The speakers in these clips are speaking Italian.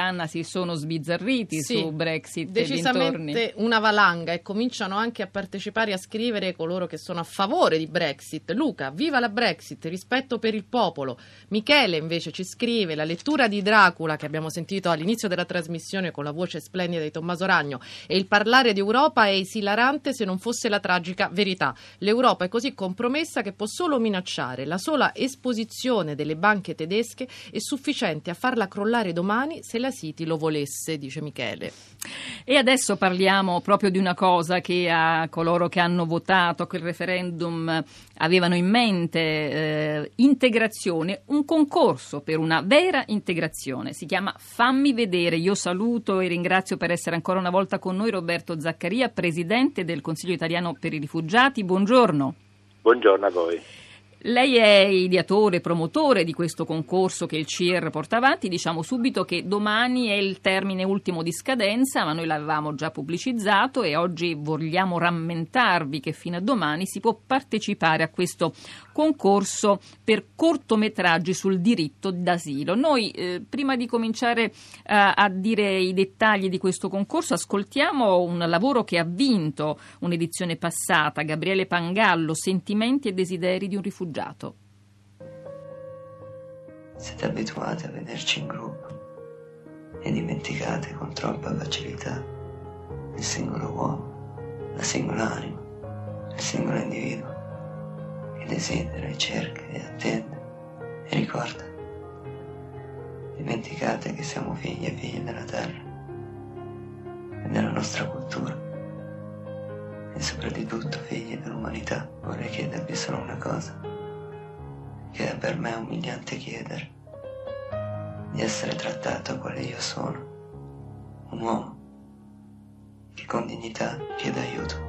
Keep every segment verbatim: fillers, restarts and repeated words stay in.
Susanna, si sono sbizzarriti sì, su Brexit decisamente e dintorni. Una valanga, e cominciano anche a partecipare e a scrivere coloro che sono a favore di Brexit. Luca, viva la Brexit, rispetto per il popolo. Michele invece ci scrive: la lettura di Dracula che abbiamo sentito all'inizio della trasmissione con la voce splendida di Tommaso Ragno e il parlare di Europa è esilarante se non fosse la tragica verità. L'Europa è così compromessa che può solo minacciare. La sola esposizione delle banche tedesche è sufficiente a farla crollare domani se la City lo volesse, dice Michele. E adesso parliamo proprio di una cosa che a coloro che hanno votato quel referendum avevano in mente, eh, integrazione, un concorso per una vera integrazione. Si chiama Fammi Vedere. Io saluto e ringrazio per essere ancora una volta con noi Roberto Zaccaria, presidente del Consiglio Italiano per i Rifugiati. Buongiorno. Buongiorno a voi. Lei è ideatore, promotore di questo concorso che il C I R porta avanti. Diciamo subito che domani è il termine ultimo di scadenza, ma noi l'avevamo già pubblicizzato e oggi vogliamo rammentarvi che fino a domani si può partecipare a questo concorso per cortometraggi sul diritto d'asilo. Noi, eh, prima di cominciare eh, a dire i dettagli di questo concorso, ascoltiamo un lavoro che ha vinto un'edizione passata, Gabriele Pangallo, Sentimenti e desideri di un rifugiato. Siete abituati a vederci in gruppo e dimenticate con troppa facilità il singolo uomo, la singola anima, il singolo individuo che desidera e cerca e attende e ricorda. Dimenticate che siamo figli e figlie della terra e della nostra cultura e soprattutto figli dell'umanità. Vorrei chiedervi solo una cosa, che per me è umiliante chiedere: di essere trattato quale io sono, un uomo che con dignità chiede aiuto.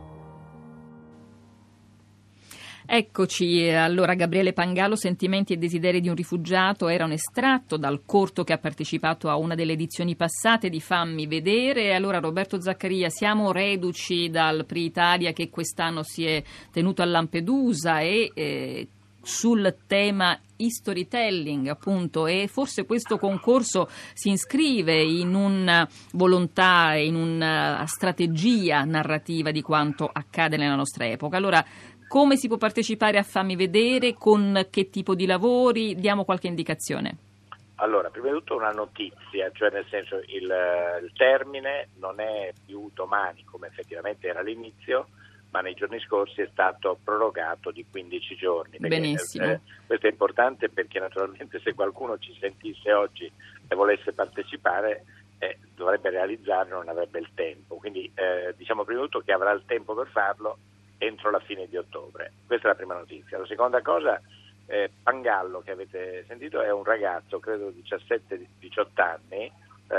Eccoci, allora Gabriele Pangallo, Sentimenti e desideri di un rifugiato, era un estratto dal corto che ha partecipato a una delle edizioni passate di Fammi Vedere. Allora Roberto Zaccaria, siamo reduci dal Pri Italia che quest'anno si è tenuto a Lampedusa e eh, sul tema storytelling appunto, e forse questo concorso si iscrive in una volontà e in una strategia narrativa di quanto accade nella nostra epoca. Allora, come si può partecipare a Fammi Vedere? Con che tipo di lavori? Diamo qualche indicazione. Allora, prima di tutto una notizia, cioè nel senso il, il termine non è più domani come effettivamente era all'inizio, ma nei giorni scorsi è stato prorogato di quindici giorni. Perché, Benissimo. Eh, questo è importante perché naturalmente se qualcuno ci sentisse oggi e volesse partecipare eh, dovrebbe realizzarlo, non avrebbe il tempo. Quindi eh, diciamo prima di tutto che avrà il tempo per farlo entro la fine di ottobre. Questa è la prima notizia. La seconda cosa, eh, Pangallo che avete sentito è un ragazzo, credo diciassette diciotto anni,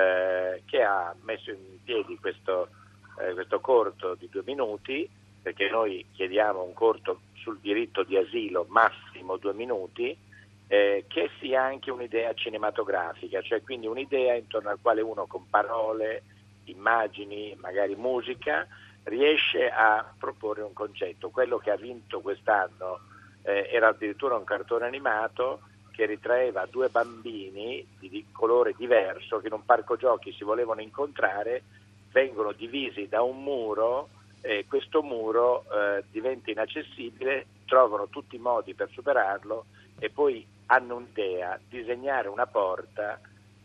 eh, che ha messo in piedi questo, eh, questo corto di due minuti, perché noi chiediamo un corto sul diritto di asilo massimo due minuti, eh, che sia anche un'idea cinematografica, cioè quindi un'idea intorno al quale uno con parole, immagini, magari musica, riesce a proporre un concetto. Quello che ha vinto quest'anno eh, era addirittura un cartone animato che ritraeva due bambini di, di colore diverso che in un parco giochi si volevano incontrare, vengono divisi da un muro e questo muro eh, diventa inaccessibile, trovano tutti i modi per superarlo e poi hanno un'idea, disegnare una porta,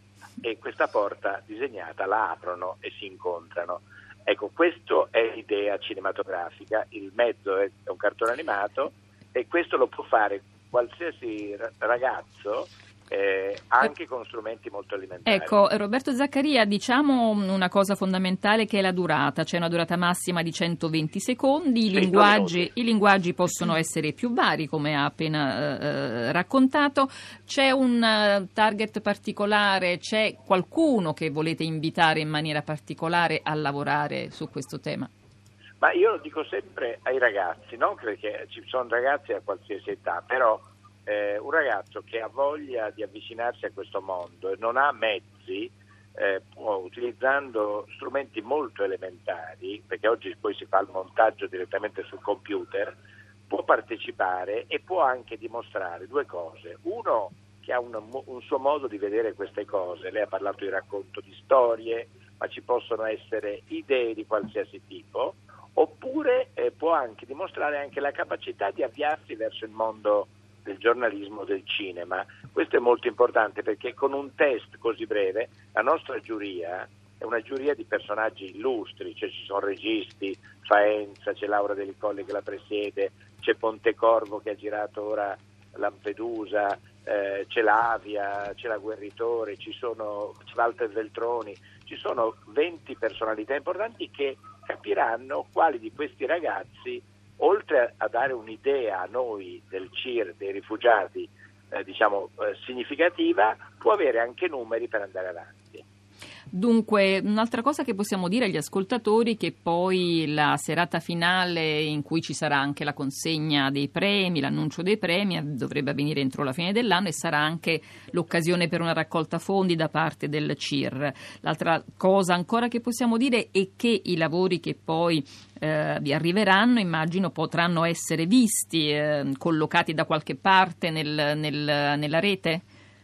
e questa porta disegnata la aprono e si incontrano. Ecco, questo è l'idea cinematografica, il mezzo è un cartone animato e questo lo può fare qualsiasi ragazzo eh, anche con strumenti molto elementari. Ecco, Roberto Zaccaria, diciamo una cosa fondamentale che è la durata, c'è una durata massima di centoventi secondi, i linguaggi, i linguaggi possono essere più vari come ha appena eh, raccontato, c'è un uh, target particolare, c'è qualcuno che volete invitare in maniera particolare a lavorare su questo tema? Ma io lo dico sempre ai ragazzi, non perché ci sono ragazzi a qualsiasi età, però Eh, un ragazzo che ha voglia di avvicinarsi a questo mondo e non ha mezzi, eh, può, utilizzando strumenti molto elementari, perché oggi poi si fa il montaggio direttamente sul computer, può partecipare e può anche dimostrare due cose. Uno, che ha un, un suo modo di vedere queste cose. Lei ha parlato di racconto di storie, ma ci possono essere idee di qualsiasi tipo, oppure eh, può anche dimostrare anche la capacità di avviarsi verso il mondo del giornalismo, del cinema. Questo è molto importante, perché con un test così breve la nostra giuria è una giuria di personaggi illustri, cioè ci sono registi, Faenza, c'è Laura Deli Colli che la presiede, c'è Pontecorvo che ha girato ora Lampedusa, eh, c'è Lavia, c'è la Guerritore, ci sono Walter Veltroni, ci sono venti personalità importanti che capiranno quali di questi ragazzi, oltre a dare un'idea a noi del C I R, dei rifugiati, eh, diciamo eh, significativa, può avere anche numeri per andare avanti. Dunque, un'altra cosa che possiamo dire agli ascoltatori è che poi la serata finale, in cui ci sarà anche la consegna dei premi, l'annuncio dei premi, dovrebbe avvenire entro la fine dell'anno e sarà anche l'occasione per una raccolta fondi da parte del C I R. L'altra cosa ancora che possiamo dire è che i lavori che poi eh, vi arriveranno, immagino, potranno essere visti, eh, collocati da qualche parte nel, nel, nella rete?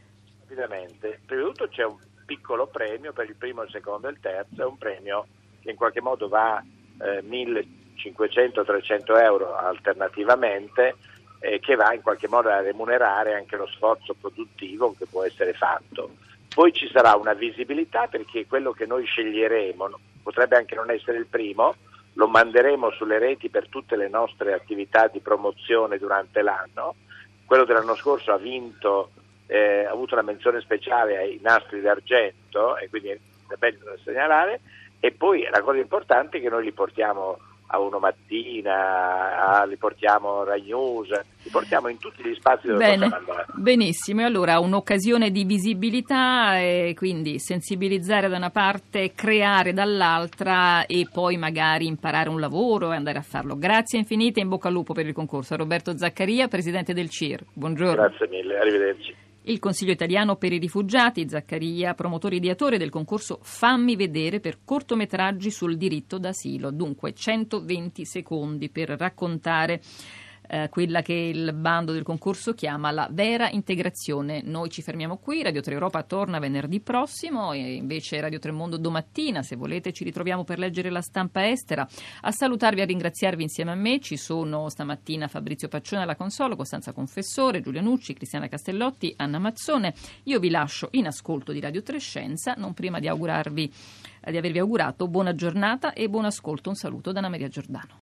Ovviamente. Prima di tutto c'è un piccolo premio per il primo, il secondo e il terzo, è un premio che in qualche modo va eh, millecinquecento trecento euro alternativamente, eh, che va in qualche modo a remunerare anche lo sforzo produttivo che può essere fatto. Poi ci sarà una visibilità, perché quello che noi sceglieremo potrebbe anche non essere il primo, lo manderemo sulle reti per tutte le nostre attività di promozione durante l'anno. Quello dell'anno scorso ha vinto Eh, ha avuto una menzione speciale ai nastri d'argento, e quindi è bello da segnalare. E poi la cosa importante è che noi li portiamo a Uno Mattina, a, li portiamo a Rai News, li portiamo in tutti gli spazi dove Bene, possiamo andare. Benissimo, e allora un'occasione di visibilità, e quindi sensibilizzare da una parte, creare dall'altra, e poi magari imparare un lavoro e andare a farlo. Grazie infinite, in bocca al lupo per il concorso. Roberto Zaccaria, presidente del C I R. Buongiorno. Grazie mille, arrivederci. Il Consiglio Italiano per i Rifugiati, Zaccaria, promotore ideatore del concorso Fammi Vedere per cortometraggi sul diritto d'asilo. Dunque centoventi secondi per raccontare eh, quella che il bando del concorso chiama la vera integrazione. Noi ci fermiamo qui, Radio tre Europa torna venerdì prossimo, e invece Radio tre Mondo domattina, se volete, ci ritroviamo per leggere la stampa estera. A salutarvi e a ringraziarvi insieme a me ci sono stamattina Fabrizio Paccione alla console, Costanza Confessore, Giulia Nucci, Cristiana Castellotti, Anna Mazzone. Io vi lascio in ascolto di Radio tre Scienza, non prima di augurarvi, di avervi augurato buona giornata e buon ascolto. Un saluto da Anna Maria Giordano.